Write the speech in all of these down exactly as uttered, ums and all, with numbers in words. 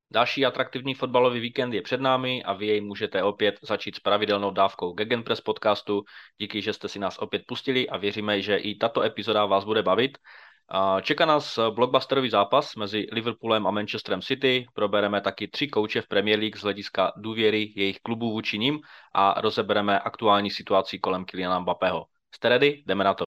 Další atraktivní fotbalový víkend je před námi a vy jej můžete opět začít s pravidelnou dávkou Gegenpress podcastu. Díky, že jste si nás opět pustili a věříme, že i tato epizoda vás bude bavit. Čeká nás blockbusterový zápas mezi Liverpoolem a Manchesterem City. Probereme taky tři kouče v Premier League z hlediska důvěry jejich klubů vůči nim a rozebereme aktuální situaci kolem Kyliana Mbappého. Jste ready? Jdeme na to.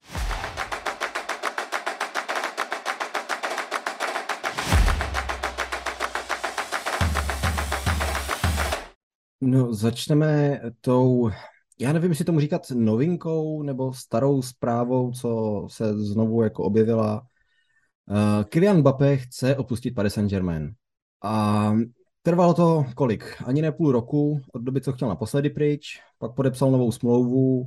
No, začneme tou, já nevím, jestli tomu říkat novinkou nebo starou zprávou, co se znovu jako objevila. Uh, Kylian Mbappé chce opustit Paris Saint-Germain. A trvalo to kolik? Ani ne půl roku od doby, co chtěl naposledy pryč, pak podepsal novou smlouvu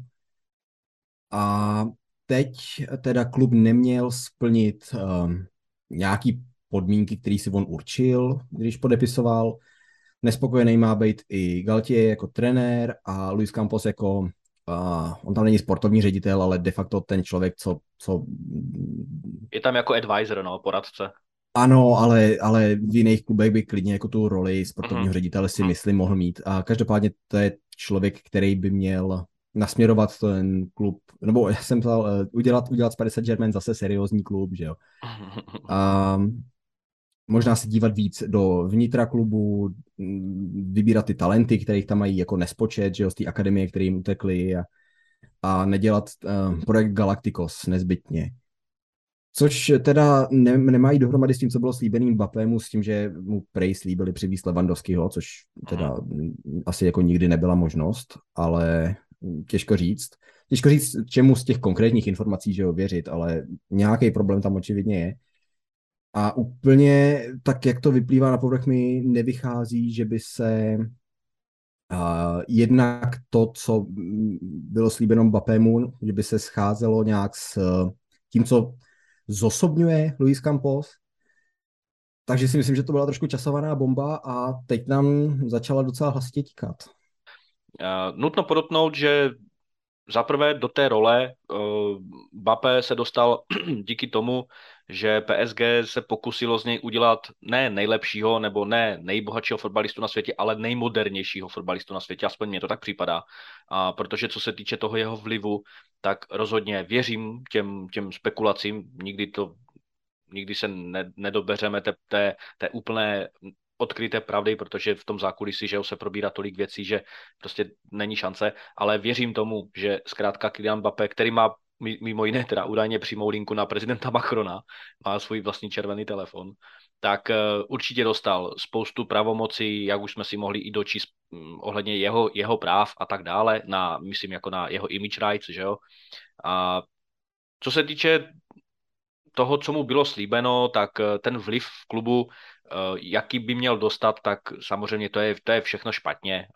a teď teda klub neměl splnit uh, nějaký podmínky, které si on určil, když podepisoval. Nespokojený má být i Galtier jako trenér a Luis Campos jako, uh, on tam není sportovní ředitel, ale de facto ten člověk, co... co... Je tam jako advisor, no, poradce. Ano, ale, ale v jiných klubech by klidně jako tu roli sportovního Mm-hmm. ředitele si myslím mohl mít. A každopádně to je člověk, který by měl nasměrovat ten klub, nebo já jsem ptal, uh, udělat, udělat z Paris Saint-Germain zase seriózní klub, že jo. A možná se dívat víc do vnitra klubu, vybírat ty talenty, kterých tam mají jako nespočet, že jo, z té akademie, které jim utekly a, a nedělat uh, projekt Galacticos nezbytně. Což teda ne, nemají dohromady s tím, co bylo slíbený Mbappému, s tím, že mu prej slíbili přivést Lewandowskiho, což teda asi jako nikdy nebyla možnost, ale těžko říct. Těžko říct, čemu z těch konkrétních informací, že jo, věřit, ale nějaký problém tam očividně je. A úplně tak, jak to vyplývá na povrch, mi nevychází, že by se uh, jednak to, co bylo slíbeno Mbappému, že by se scházelo nějak s uh, tím, co zosobňuje Luis Campos. Takže si myslím, že to byla trošku časovaná bomba a teď nám začala docela hlasitě tíkat. Uh, nutno podotknout, že zaprvé do té role uh, Mbappé se dostal díky tomu, že P S G se pokusilo z něj udělat ne nejlepšího nebo ne nejbohatšího fotbalistu na světě, ale nejmodernějšího fotbalistu na světě, aspoň mně to tak připadá. A protože co se týče toho jeho vlivu, tak rozhodně věřím těm, těm spekulacím, nikdy to nikdy se ne, nedobeřeme té, té, té úplné odkryté pravdy, protože v tom zákulisí, že se probírá tolik věcí, že prostě není šance, ale věřím tomu, že zkrátka Kylian Mbappé, který má mimo jiné teda údajně přímou linku na prezidenta Macrona, má svůj vlastní červený telefon, tak určitě dostal spoustu pravomocí, jak už jsme si mohli i dočíst ohledně jeho, jeho práv a tak dále, na, myslím jako na jeho image rights, že jo. A co se týče toho, co mu bylo slíbeno, tak ten vliv v klubu, jaký by měl dostat, tak samozřejmě to je, to je všechno špatně.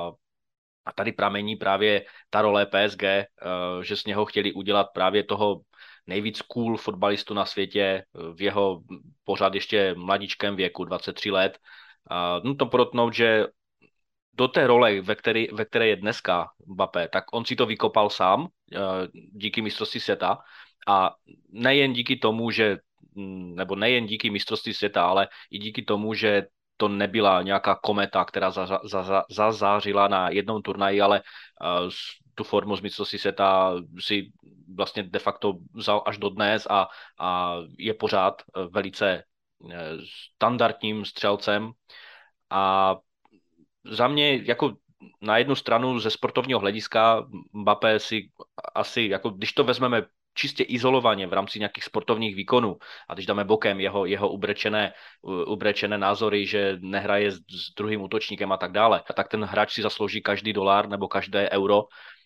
A tady pramení právě ta role P S G, že z něho chtěli udělat právě toho nejvíc cool fotbalistu na světě v jeho pořád ještě mladíčkém věku, dvacet tři let. Nutno podotknout, že do té role, ve které, ve které je dneska Mbappé, tak on si to vykopal sám díky mistrovství světa. A nejen díky tomu, že, nebo nejen díky mistrovství světa, ale i díky tomu, že to nebyla nějaká kometa, která zaza, zaza, zazářila na jednom turnaji, ale uh, tu formu z mistrovství světa si vlastně de facto vzal až do dnes a, a je pořád velice standardním střelcem. A za mě jako na jednu stranu ze sportovního hlediska Mbappé si asi, jako když to vezmeme čistě izolovaně v rámci nějakých sportovních výkonů a když dáme bokem jeho, jeho ubrečené, ubrečené názory, že nehraje s, s druhým útočníkem a tak dále, tak ten hráč si zaslouží každý dolar nebo každé euro,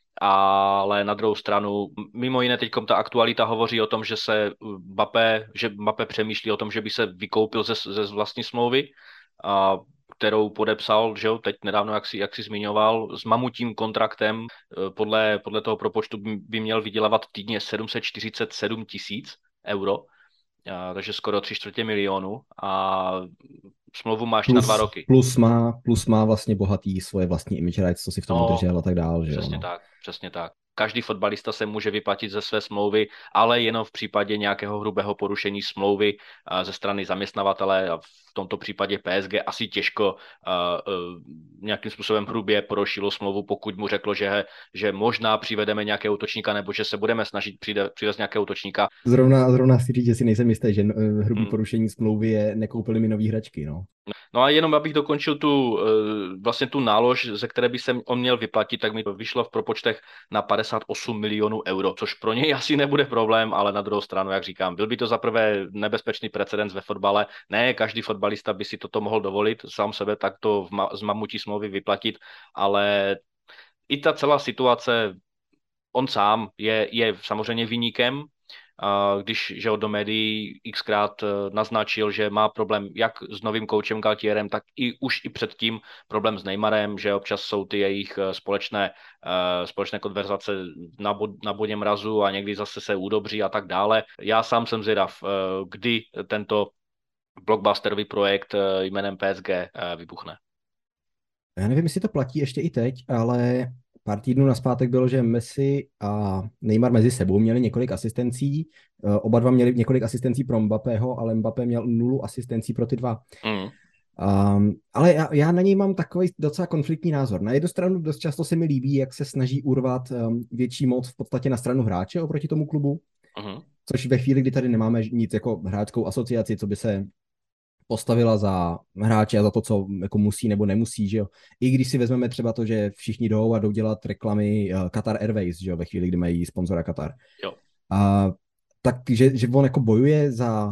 ale na druhou stranu, mimo jiné teďkom ta aktualita hovoří o tom, že se Mbappé, že Mbappé přemýšlí o tom, že by se vykoupil ze, ze vlastní smlouvy, a kterou podepsal, že jo, teď nedávno, jak si, jak si zmiňoval, s mamutím kontraktem, podle, podle toho propočtu by, by měl vydělávat týdně sedm set čtyřicet sedm tisíc euro, a, takže skoro tři čtvrtě milionu a smlouvu máš na dva Plus, roky. plus, má, plus má vlastně bohatý svoje vlastní image rights, co si v tom No, udržel a tak dál, že jo. přesně No. tak, přesně tak. každý fotbalista se může vyplatit ze své smlouvy, ale jenom v případě nějakého hrubého porušení smlouvy ze strany zaměstnavatele a v tomto případě P S G asi těžko nějakým způsobem hrubě porušilo smlouvu, pokud mu řeklo, že, že možná přivedeme nějakého útočníka nebo že se budeme snažit přivést nějakého útočníka. Zrovna, zrovna si říct, že si nejsem jistý, že hrubý hmm. porušení smlouvy je nekoupili mi nový hračky, no. No a jenom abych dokončil tu, vlastně tu nálož, ze které by se on měl vyplatit, tak mi to vyšlo v propočtech na padesát osm milionů euro, což pro něj asi nebude problém, ale na druhou stranu, jak říkám, byl by to za prvé nebezpečný precedens ve fotbale. Ne, každý fotbalista by si toto mohl dovolit, sám sebe takto v ma- z mamutí smlouvy vyplatit, ale i ta celá situace, on sám je, je samozřejmě viníkem, když že do médií xkrát naznačil, že má problém jak s novým koučem Galtierem, tak i už i předtím problém s Neymarem, že občas jsou ty jejich společné, společné konverzace na, bod, na bodě mrazu a někdy zase se udobří a tak dále. Já sám jsem zvědav, kdy tento blockbusterový projekt jménem P S G vybuchne. Já nevím, jestli to platí ještě i teď, ale pár týdnů nazpátek bylo, že Messi a Neymar mezi sebou měli několik asistencí. Oba dva měli několik asistencí pro Mbappého, ale Mbappé měl nulu asistencí pro ty dva. Mm. Um, ale já, já na něj mám takový docela konfliktní názor. Na jednu stranu dost často se mi líbí, jak se snaží urvat um, větší moc v podstatě na stranu hráče oproti tomu klubu. Mm. Což ve chvíli, kdy tady nemáme nic jako hráčskou asociaci, co by se postavila za hráče a za to, co jako musí nebo nemusí, že jo. I když si vezmeme třeba to, že všichni jdou a jdou dělat reklamy uh, Qatar Airways, že jo, ve chvíli, kdy mají sponzora Qatar. Jo. Uh, takže že on jako bojuje za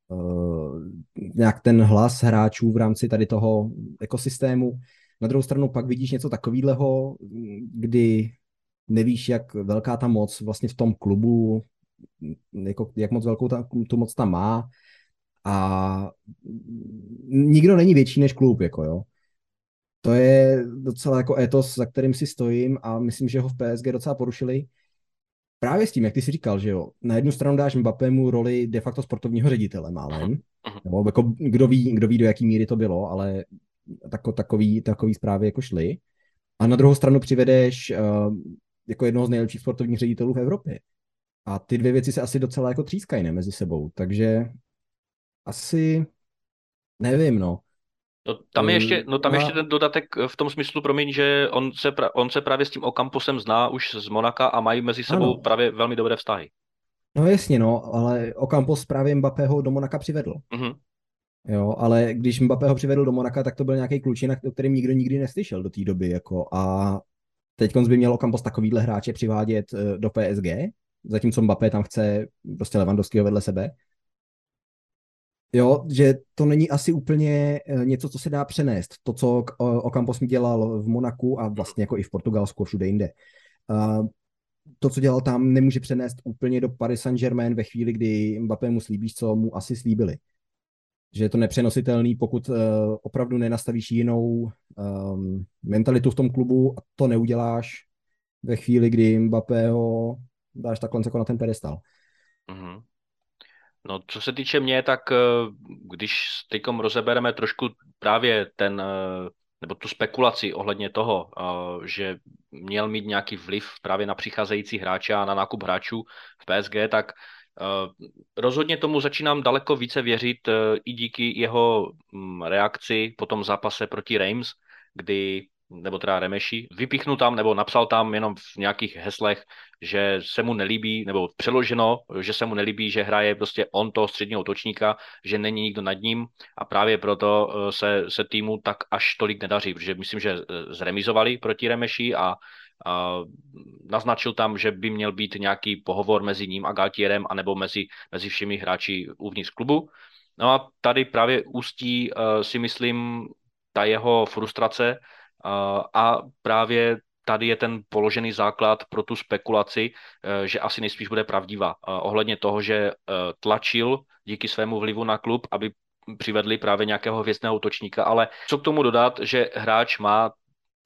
uh, nějak ten hlas hráčů v rámci tady toho ekosystému. Na druhou stranu pak vidíš něco takového, kdy nevíš, jak velká ta moc vlastně v tom klubu, jako, jak moc velkou ta, tu moc tam má. A nikdo není větší než klub, jako jo. To je docela jako etos, za kterým si stojím a myslím, že ho v P S G docela porušili. Právě s tím, jak ty jsi říkal, že jo, na jednu stranu dáš Mbappému roli de facto sportovního ředitele málem, nebo jako kdo ví, kdo ví, do jaký míry to bylo, ale tako, takový, takový zprávy jako šly. A na druhou stranu přivedeš uh, jako jednoho z nejlepších sportovních ředitelů v Evropě. A ty dvě věci se asi docela jako třískají, ne, mezi sebou, takže asi nevím, no. No tam je ještě, no tam a... ještě ten dodatek v tom smyslu, promiň, že on se, pra, on se právě s tím Ocamposem zná už z Monaka a mají mezi sebou ano. právě velmi dobré vztahy. No jasně, no, ale Ocampos právě Mbappého do Monaka přivedl. Mm-hmm. Jo, ale když Mbappého přivedl do Monaka, tak to byl nějaký klučina, o kterém nikdo nikdy neslyšel do té doby, jako a teď by měl Ocampos takovýhle hráče přivádět do P S G, zatímco Mbappé tam chce prostě Lewandowského vedle sebe. Jo, že to není asi úplně něco, co se dá přenést. To, co Ocampos mi dělal v Monaku a vlastně jako i v Portugalsku, všude jinde. To, co dělal tam, nemůže přenést úplně do Paris Saint-Germain ve chvíli, kdy Mbappé mu slíbíš, co mu asi slíbili. Že je to nepřenositelný, pokud opravdu nenastavíš jinou um, mentalitu v tom klubu a to neuděláš ve chvíli, kdy Mbappého dáš takhle jako na ten pedestal. Mm-hmm. No, co se týče mě, tak když teďkom rozebereme trošku právě ten, nebo tu spekulaci ohledně toho, že měl mít nějaký vliv právě na přicházející hráče a na nákup hráčů v P S G, tak rozhodně tomu začínám daleko více věřit i díky jeho reakci po tom zápase proti Reims, kdy nebo teda Remeši, vypíchnu tam, nebo napsal tam jenom v nějakých heslech, že se mu nelíbí, nebo přeloženo, že se mu nelíbí, že hraje prostě on toho středního útočníka, že není nikdo nad ním a právě proto se, se týmu tak až tolik nedaří, protože myslím, že zremizovali proti Remeši a, a naznačil tam, že by měl být nějaký pohovor mezi ním a Galtierem, anebo mezi, mezi všemi hráči uvnitř klubu. No a tady právě ústí si myslím ta jeho frustrace, a právě tady je ten položený základ pro tu spekulaci, že asi nejspíš bude pravdivá. Ohledně toho, že tlačil díky svému vlivu na klub, aby přivedli právě nějakého hvězdného útočníka, ale co k tomu dodat, že hráč má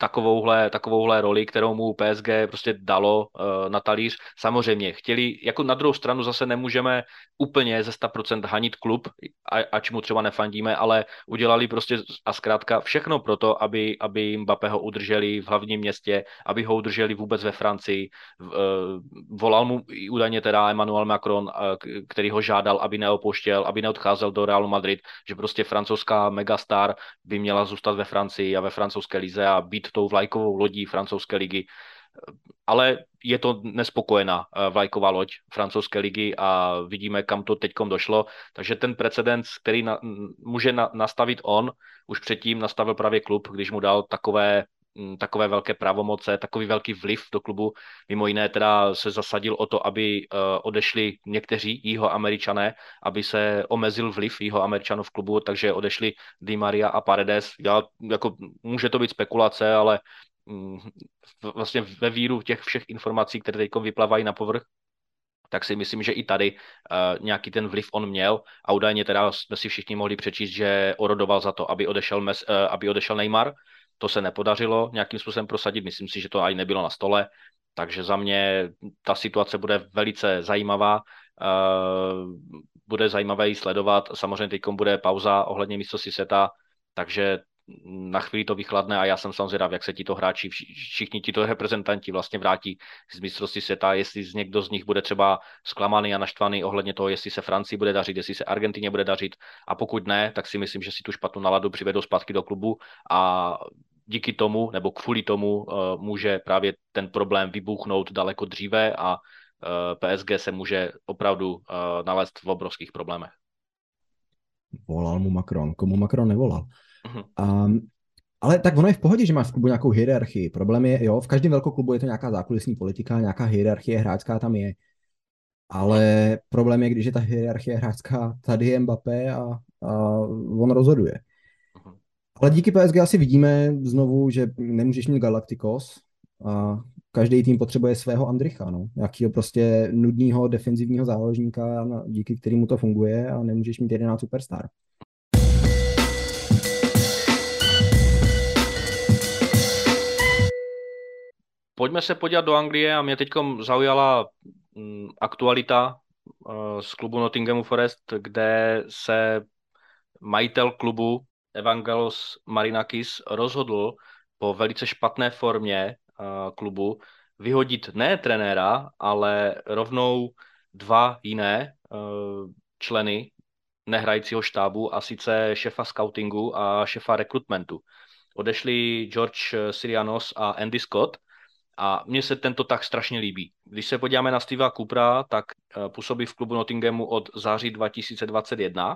takovouhle, takovouhle roli, kterou mu P S G prostě dalo uh, na talíř. Samozřejmě chtěli, jako na druhou stranu zase nemůžeme úplně ze sto procent hanit klub, a, ač mu třeba nefandíme, ale udělali prostě a zkrátka všechno pro to, aby, aby Mbappého udrželi v hlavním městě, aby ho udrželi vůbec ve Francii. Uh, volal mu údajně teda Emmanuel Macron, uh, který ho žádal, aby neopouštěl, aby neodcházel do Realu Madrid, že prostě francouzská megastar by měla zůstat ve Francii a ve francouzské lize a být tou vlajkovou lodí francouzské ligy. Ale je to nespokojená vlajková loď francouzské ligy a vidíme, kam to teďkom došlo. Takže ten precedens, který na, může na, nastavit on, už předtím nastavil právě klub, když mu dal takové takové velké pravomoce, takový velký vliv do klubu. Mimo jiné teda se zasadil o to, aby uh, odešli někteří jihoameričané, aby se omezil vliv jihoameričanů v klubu, takže odešli Di Maria a Paredes. Já, jako, může to být spekulace, ale um, vlastně ve víru těch všech informací, které teď vyplávají na povrch, tak si myslím, že i tady uh, nějaký ten vliv on měl a údajně teda jsme si všichni mohli přečíst, že orodoval za to, aby odešel, mes, uh, aby odešel Neymar. To se nepodařilo nějakým způsobem prosadit, myslím si, že to ani nebylo na stole, takže za mě ta situace bude velice zajímavá, uh, bude zajímavé ji sledovat, samozřejmě teď bude pauza ohledně mistrovství světa, takže na chvíli to vychladne a já jsem samozřejmě zvědav, jak se tito hráči, všichni tito reprezentanti vlastně vrátí z mistrovství světa, jestli z někdo z nich bude třeba zklamaný a naštvaný ohledně toho, jestli se Francii bude dařit, jestli se Argentině bude dařit a pokud ne, tak si myslím, že si tu špatnou náladu přivedou zpátky do klubu a díky tomu, nebo kvůli tomu uh, může právě ten problém vybuchnout daleko dříve a uh, P S G se může opravdu uh, nalézt v obrovských problémech. Volal mu Macron. Komu Macron nevolal? Um, ale tak ono je v pohodě, že máš v klubu nějakou hierarchii. Problém je, jo, v každém velkou klubu je to nějaká zákulisní politika, nějaká hierarchie hráčská tam je. Ale problém je, když je ta hierarchie hráčská, tady je Mbappé a, a on rozhoduje. Ale díky P S G asi vidíme znovu, že nemůžeš mít Galacticos a každý tým potřebuje svého Andricha, no. Jakýho prostě nudného defenzivního záložníka, díky kterému to funguje a nemůžeš mít jedenáct superstar. Pojďme se podívat do Anglie a mě teď zaujala aktualita z klubu Nottinghamu Forest, kde se majitel klubu Evangelos Marinakis rozhodl po velice špatné formě klubu vyhodit ne trenéra, ale rovnou dva jiné členy nehrajícího štábu, a sice šefa scoutingu a šefa rekrutmentu. Odešli George Sirianos a Andy Scott a mně se tento tak strašně líbí. Když se podíváme na Stevea Coopera, tak působí v klubu Nottinghamu od září dva tisíce dvacet jedna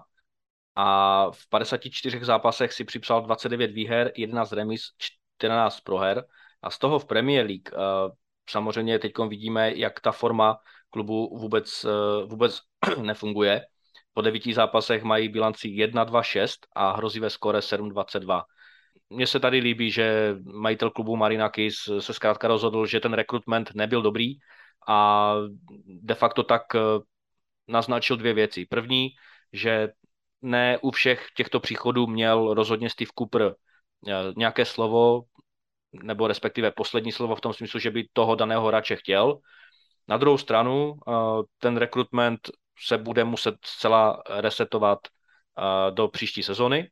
a v padesáti čtyřech zápasech si připsal dvacet devět výher, jedenáct remis, čtrnáct proher a z toho v Premier League samozřejmě teď vidíme, jak ta forma klubu vůbec, vůbec nefunguje. Po devíti zápasech mají bilanci jedna dva šest a hrozivé skóre sedm dvacet dva. Mně se tady líbí, že majitel klubu Marinakis se zkrátka rozhodl, že ten rekrutment nebyl dobrý a de facto tak naznačil dvě věci. První, že ne u všech těchto příchodů měl rozhodně Steve Cooper nějaké slovo, nebo respektive poslední slovo v tom smyslu, že by toho daného hráče chtěl. Na druhou stranu, ten rekrutment se bude muset zcela resetovat do příští sezony.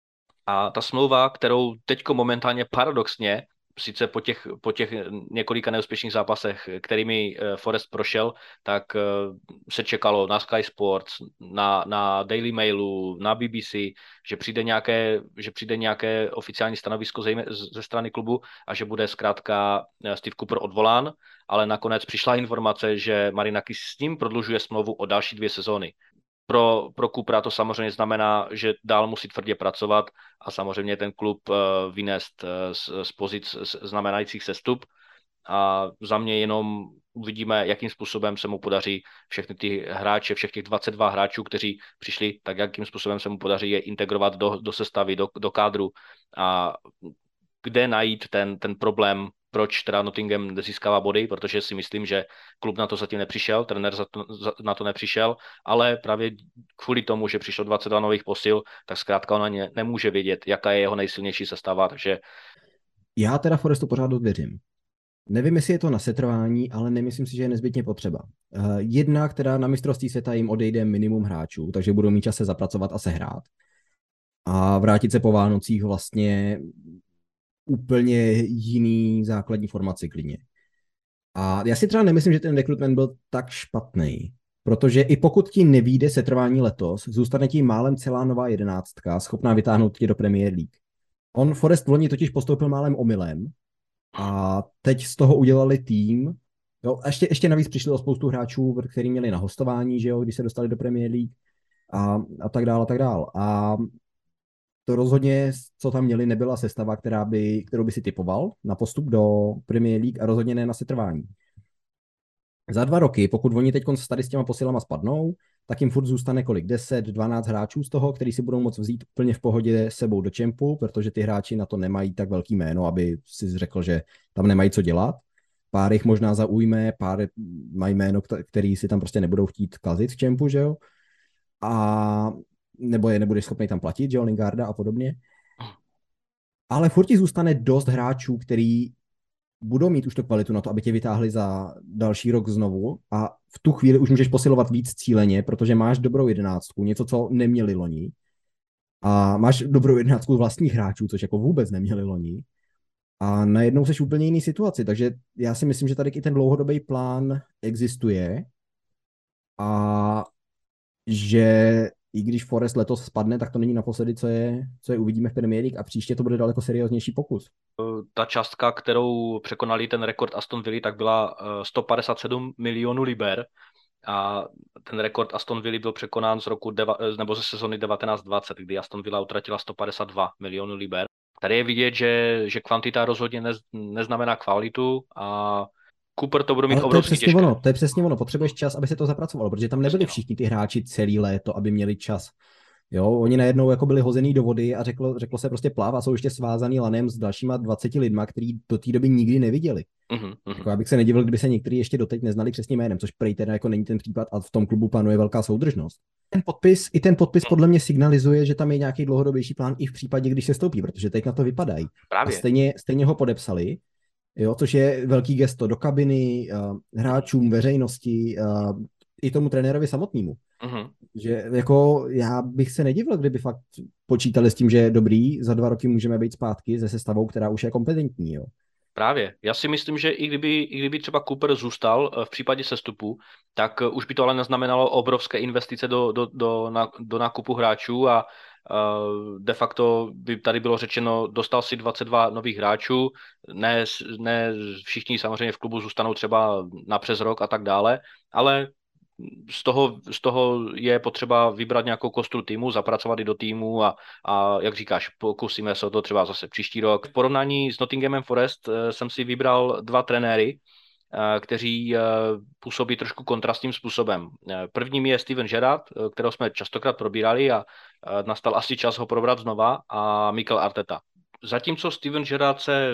A ta smlouva, kterou teďko momentálně paradoxně, sice po těch, po těch několika neúspěšných zápasech, kterými Forest prošel, tak se čekalo na Sky Sports, na, na Daily Mailu, na B B C, že přijde nějaké, že přijde nějaké oficiální stanovisko ze strany klubu a že bude zkrátka Steve Cooper odvolán, ale nakonec přišla informace, že Marinakis s ním prodlužuje smlouvu o další dvě sezóny. Pro, pro Coopera to samozřejmě znamená, že dál musí tvrdě pracovat a samozřejmě ten klub uh, vynést uh, z, z pozic znamenajících sestup. A za mě jenom uvidíme, jakým způsobem se mu podaří všechny ty hráče, všech těch dvacet dva hráčů, kteří přišli, tak jakým způsobem se mu podaří je integrovat do, do sestavy, do, do kádru a kde najít ten, ten problém, proč teda Nottingham získává body, protože si myslím, že klub na to zatím nepřišel, trenér na to nepřišel, ale právě kvůli tomu, že přišlo dvacet dva nových posil, tak zkrátka ona ne, nemůže vědět, jaká je jeho nejsilnější sestava, takže Já teda Forestu pořád dost věřím. Nevím, jestli je to na setrvání, ale nemyslím si, že je nezbytně potřeba. Uh, jedna, která na mistrovství světa jim odejde minimum hráčů, takže budou mít čas se zapracovat a sehrát. A vrátit se po Vánocích vlastně úplně jiný základní formaci klidně. A já si třeba nemyslím, že ten rekrutment byl tak špatný, protože i pokud ti nevíde setrvání letos, zůstane ti málem celá nová jedenáctka, schopná vytáhnout tě do Premier League. On Forest v loni totiž postoupil málem omylem a teď z toho udělali tým. Jo, a ještě, ještě navíc přišli o spoustu hráčů, který měli na hostování, že jo, když se dostali do Premier League a, a tak dál a tak dál. A to rozhodně, co tam měli, nebyla sestava, která by, kterou by si typoval na postup do Premier League a rozhodně ne na setrvání. Za dva roky, pokud oni teď tady s těma posilama spadnou, tak jim furt zůstane kolik? deset, dvanáct hráčů z toho, který si budou moct vzít úplně v pohodě sebou do čempu, protože ty hráči na to nemají tak velký jméno, aby si řekl, že tam nemají co dělat. Pár jich možná zaujme, pár mají jméno, který si tam prostě nebudou chtít kazit v čempu, že jo? A nebo je nebudeš schopný tam platit, že jo, Lingarda a podobně. Ale furt ti zůstane dost hráčů, který budou mít už tu kvalitu na to, aby tě vytáhli za další rok znovu a v tu chvíli už můžeš posilovat víc cíleně, protože máš dobrou jedenáctku, něco, co neměli loni. A máš dobrou jedenáctku vlastních hráčů, což jako vůbec neměli loni. A najednou seš úplně jiný situaci, takže já si myslím, že tady i ten dlouhodobý plán existuje a že i když Forest letos spadne, tak to není naposledy, co je, co je uvidíme v Premier League a příště to bude daleko serióznější pokus. Ta částka, kterou překonali ten rekord Aston Villa, tak byla sto padesát sedm milionů liber a ten rekord Aston Villa byl překonán z roku deva, nebo ze sezony devatenáct dvacet, kdy Aston Villa utratila sto padesát dva milionů liber. Tady je vidět, že, že kvantita rozhodně nez, neznamená kvalitu a Cooper to bude mít Ale to je obrovský přesně těžké. ono, to je přesně ono, potřebuješ čas, aby se to zapracovalo, protože tam nebyli Přesně, no. všichni ty hráči celý léto, aby měli čas. Jo, oni najednou jako byli hozený do vody a řeklo, řeklo se prostě pláv a jsou ještě svázaný lanem s dalšíma dvaceti lidma, který do té doby nikdy neviděli. Uh-huh, uh-huh. Jako já bych se nedivil, kdyby se někteří ještě doteď neznali přesně jménem, což prej teda jako není ten případ a v tom klubu panuje velká soudržnost. Ten podpis, i ten podpis podle mě signalizuje, že tam je nějaký dlouhodobější plán i v případě, když se stoupí, protože teď na to vypadají. Právě. A stejně, stejně ho podepsali, jo, což je velký gesto do kabiny, uh, hráčům, veřejnosti, uh, i tomu trenérovi samotnému. Uh-huh. Že jako já bych se nedivil, kdyby fakt počítali s tím, že je dobrý, za dva roky můžeme být zpátky se sestavou, která už je kompetentní. Jo. Právě. Já si myslím, že i kdyby, i kdyby třeba Cooper zůstal v případě sestupu, tak už by to ale neznamenalo obrovské investice do, do, do, do nákupu hráčů a uh, de facto by tady bylo řečeno, dostal si dvacet dva nových hráčů, ne, ne všichni samozřejmě v klubu zůstanou třeba na přes rok a tak dále, ale z toho, z toho je potřeba vybrat nějakou kostru týmu, zapracovat i do týmu a, a jak říkáš, pokusíme se o to třeba zase příští rok. V porovnání s Nottinghamem Forest jsem si vybral dva trenéry, kteří působí trošku kontrastním způsobem. Prvním je Steven Gerrard, kterého jsme častokrát probírali a nastal asi čas ho probrat znova, a Mikel Arteta. Zatímco Steven Gerrard se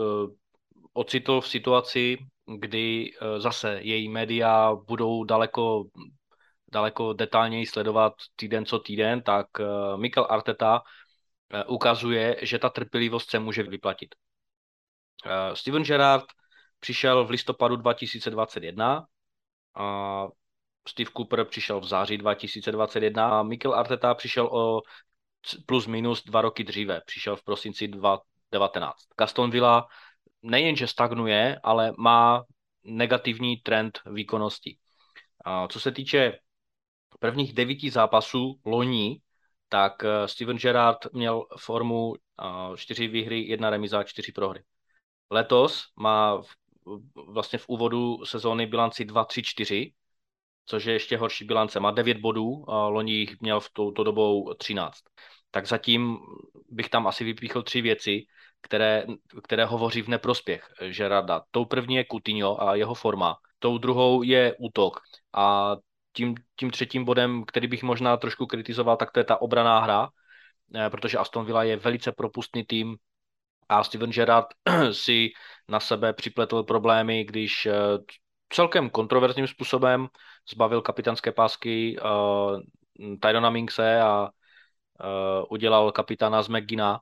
ocitl v situaci, kdy zase její média budou daleko, daleko detailněji sledovat týden co týden, tak Mikel Arteta ukazuje, že ta trpělivost se může vyplatit. Steven Gerrard přišel v listopadu dva tisíce dvacet jedna, a Steve Cooper přišel v září dva tisíce dvacet jedna a Mikel Arteta přišel o plus minus dva roky dříve, přišel v prosinci dva tisíce devatenáct. Aston Villa nejenže stagnuje, ale má negativní trend výkonnosti. A co se týče prvních devíti zápasů loni, tak Steven Gerrard měl formu čtyři výhry, jedna remíza, čtyři prohry. Letos má v, vlastně v úvodu sezóny bilanci dva tři čtyři, což je ještě horší bilance. Má devět bodů, a loni jich měl v touto dobou třináct. Tak zatím bych tam asi vypíchl tři věci, které, které hovoří v neprospěch Gerrarda. Tou první je Coutinho a jeho forma. Tou druhou je útok. A tím, tím třetím bodem, který bych možná trošku kritizoval, tak to je ta obranná hra, protože Aston Villa je velice propustný tým a Steven Gerrard si na sebe připletl problémy, když celkem kontroverzním způsobem zbavil kapitánské pásky uh, Tyrona Minkse a uh, udělal kapitána z McGinna.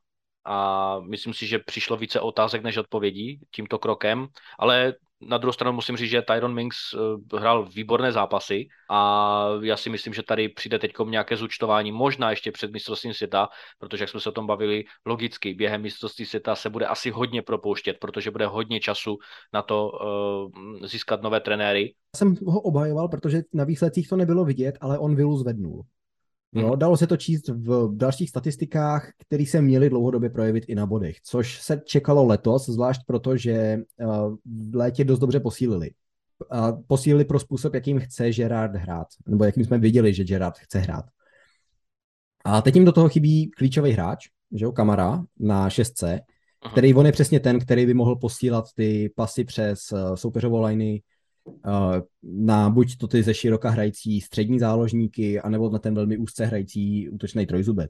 a myslím si, že přišlo více otázek než odpovědí tímto krokem, ale na druhou stranu musím říct, že Tyrone Mings uh, hrál výborné zápasy a já si myslím, že tady přijde teď nějaké zúčtování, možná ještě před mistrovstvím světa, protože jak jsme se o tom bavili, logicky během mistrovství světa se bude asi hodně propouštět, protože bude hodně času na to uh, získat nové trenéry. Jsem ho obhajoval, protože na výsledcích to nebylo vidět, ale on vilu zvednul. Jo, Mhm. dalo se to číst v dalších statistikách, které se měly dlouhodobě projevit i na bodech, což se čekalo letos, zvlášť proto, že v létě dost dobře posílili. A posílili pro způsob, jakým chce Gerard hrát, nebo jakým jsme viděli, že Gerard chce hrát. A teď jim do toho chybí klíčový hráč, že jo, Kamara na šestce, který on je přesně ten, který by mohl posílat ty pasy přes soupeřovou liney na buď to ty ze široka hrající střední záložníky, anebo na ten velmi úzce hrající útočný trojzubec.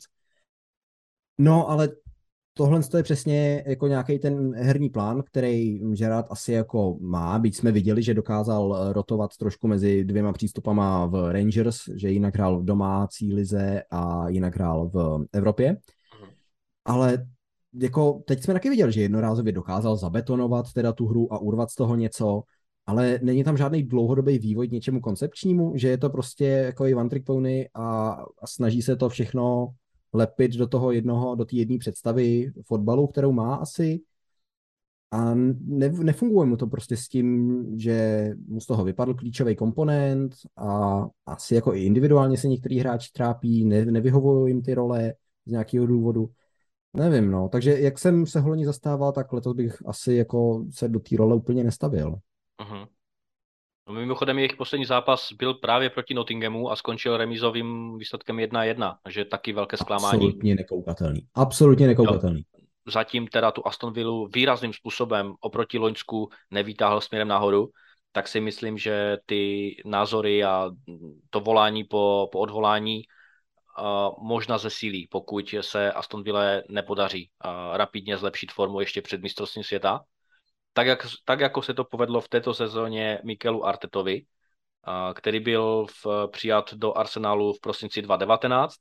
No, ale tohle je přesně jako nějaký ten herní plán, který Gerard asi jako má, byť jsme viděli, že dokázal rotovat trošku mezi dvěma přístupama v Rangers, že jinak hrál v domácí lize a jinak hrál v Evropě. Ale jako teď jsme taky viděli, že jednorázově dokázal zabetonovat teda tu hru a urvat z toho něco, ale není tam žádný dlouhodobý vývoj k něčemu koncepčnímu, že je to prostě jako i one trick pony a, a snaží se to všechno lepit do toho jednoho, do té jedné představy fotbalu, kterou má asi. A ne, nefunguje mu to prostě s tím, že mu z toho vypadl klíčový komponent a asi jako i individuálně se některý hráči trápí, ne, nevyhovují jim ty role z nějakého důvodu. Nevím, no. Takže jak jsem se Holoni zastával, tak letos bych asi jako se do té role úplně nestavil. Uh-huh. No, mimochodem jejich poslední zápas byl právě proti Nottinghamu a skončil remízovým výsledkem jedna jedna, takže taky velké zklamání. Absolutně nekoukatelný. Absolutně nekoukatelný. Jo. Zatím teda tu Aston Villu výrazným způsobem oproti Loňsku nevytáhl směrem nahoru, tak si myslím, že ty názory a to volání po, po odvolání uh, možná zesílí, pokud se Aston Ville nepodaří uh, rapidně zlepšit formu ještě před mistrovstvím světa. Tak, jak, tak jako se to povedlo v této sezóně Mikelu Artetovi, který byl v, přijat do Arsenalu v prosinci dva tisíce devatenáct.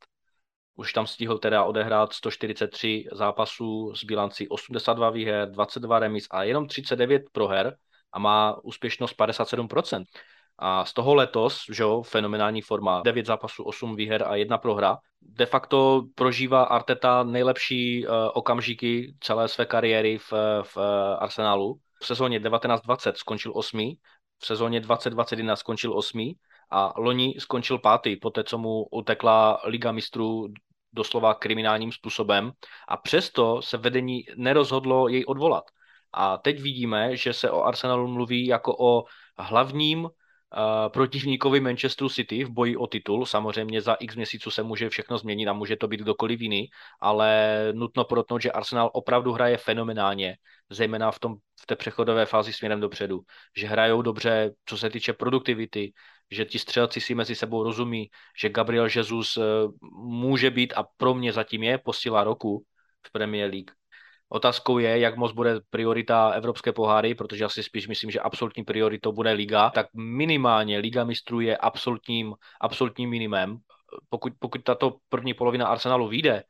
Už tam stihl teda odehrát sto čtyřicet tři zápasů s bilancí osmdesát dva výher, dvacet dva remis a jenom třicet devět proher a má úspěšnost padesát sedm procent. A z toho letos, že jo, fenomenální forma, devět zápasů, osm výher a jedna prohra. De facto prožívá Arteta nejlepší uh, okamžiky celé své kariéry v, v uh, Arsenalu. V sezóně devatenáct dvacet skončil osmý, v sezóně dvacet dvacet jedna skončil osmý a loni skončil pátý, poté co mu utekla Liga mistrů doslova kriminálním způsobem a přesto se vedení nerozhodlo jej odvolat. A teď vidíme, že se o Arsenalu mluví jako o hlavním Uh, protivníkovi Manchesteru City v boji o titul. Samozřejmě za x měsíců se může všechno změnit a může to být kdokoliv jiný, ale nutno podotknout, že Arsenal opravdu hraje fenomenálně, zejména v, tom, v té přechodové fázi směrem dopředu. Že hrajou dobře, co se týče produktivity, že ti střelci si mezi sebou rozumí, že Gabriel Jesus uh, může být a pro mě zatím je posila roku v Premier League. Otázkou je, jak moc bude priorita evropské poháry, protože asi spíš myslím, že absolutní prioritou bude liga, tak minimálně Liga mistrů je absolutním, absolutním minimem. Pokud, pokud tato první polovina Arsenalu vyjde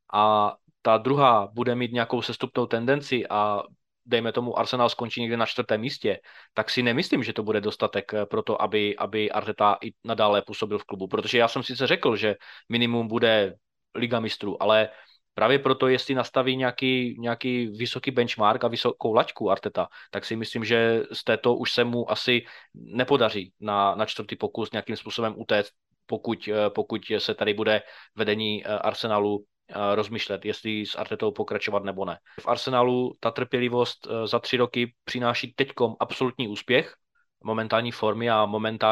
a ta druhá bude mít nějakou sestupnou tendenci a dejme tomu Arsenal skončí někde na čtvrtém místě, tak si nemyslím, že to bude dostatek pro to, aby, aby Arteta i nadále působil v klubu. Protože já jsem sice řekl, že minimum bude Liga mistrů, ale právě proto, jestli nastaví nějaký, nějaký vysoký benchmark a vysokou laťku Arteta, tak si myslím, že z této už se mu asi nepodaří na, na čtvrtý pokus nějakým způsobem utéct, pokud, pokud se tady bude vedení Arsenalu rozmýšlet, jestli s Artetou pokračovat nebo ne. V Arsenalu ta trpělivost za tři roky přináší teďkom absolutní úspěch, momentální formy a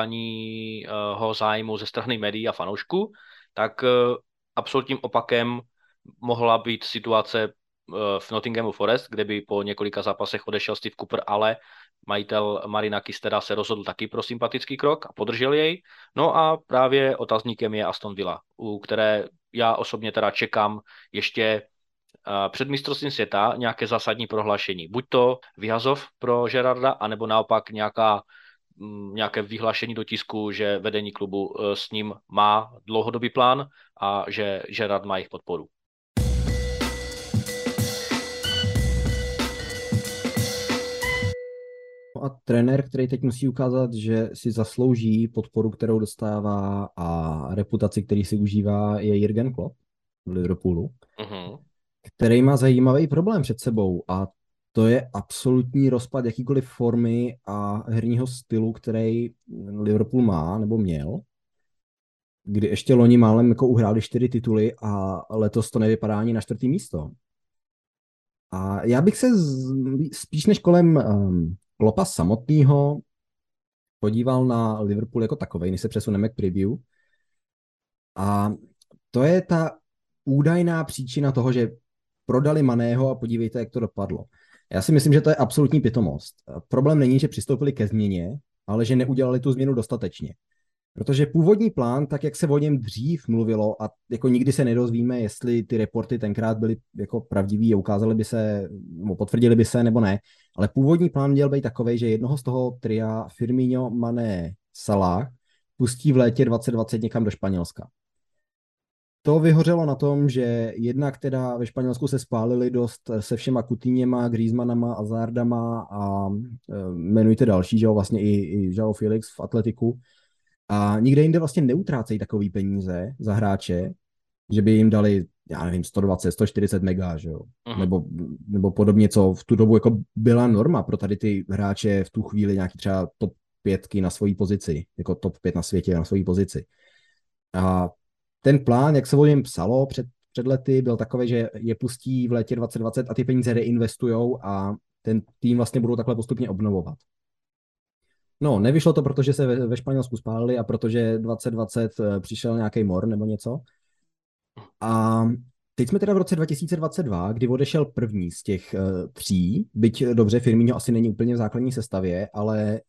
momentálního zájmu ze strany médií a fanoušků, tak absolutním opakem mohla být situace v Nottinghamu Forest, kde by po několika zápasech odešel Steve Cooper, ale majitel Marinakis teda se rozhodl taky pro sympatický krok a podržel jej. No a právě otazníkem je Aston Villa, u které já osobně teda čekám ještě před mistrovstvím světa nějaké zásadní prohlášení. Buď to vyhazov pro Gerarda, anebo naopak nějaká nějaké vyhlášení do tisku, že vedení klubu s ním má dlouhodobý plán a že Gerard má jejich podporu. a trenér, který teď musí ukázat, že si zaslouží podporu, kterou dostává a reputaci, který si užívá, je Jürgen Klopp v Liverpoolu, Uh-huh. který má zajímavý problém před sebou a to je absolutní rozpad jakýkoliv formy a herního stylu, který Liverpool má nebo měl, kdy ještě loni málem jako uhráli čtyři tituly a letos to nevypadá ani na čtvrtý místo. A já bych se z, spíš než kolem um, Kloppa samotného podíval na Liverpool jako takovej, než se přesuneme k preview. A to je ta údajná příčina toho, že prodali Maného a podívejte, jak to dopadlo. Já si myslím, že to je absolutní pitomost. Problém není, že přistoupili ke změně, ale že neudělali tu změnu dostatečně. Protože původní plán, tak jak se o něm dřív mluvilo a jako nikdy se nedozvíme, jestli ty reporty tenkrát byly jako pravdivý a ukázali by se, nebo potvrdili by se, nebo ne, ale původní plán měl být takovej, že jednoho z toho tria Firmino, Mané, Salah pustí v létě dvacet dvacet někam do Španělska. To vyhořelo na tom, že jednak teda ve Španělsku se spálili dost se všema Coutinhema, Griezmannama, Hazardama a e, jmenujte další, že jo, vlastně i, i João Felix v Atletiku. A nikde jinde vlastně neutrácejí takový peníze za hráče, že by jim dali, já nevím, sto dvacet, sto čtyřicet mega, že jo? Uh-huh. Nebo, nebo podobně, co v tu dobu jako byla norma pro tady ty hráče v tu chvíli nějaký třeba top pětky na svojí pozici, jako top pět na světě na svojí pozici. A ten plán, jak se o něm psalo před, před lety, byl takový, že je pustí v létě dvacet dvacet a ty peníze reinvestujou a ten tým vlastně budou takhle postupně obnovovat. No, nevyšlo to, protože se ve, ve Španělsku spálili a protože dvacet dvacet přišel nějaký mor nebo něco. A teď jsme teda v roce dva tisíce dvacet dva, kdy odešel první z těch uh, tří, byť dobře, Firmino asi není úplně v základní sestavě, ale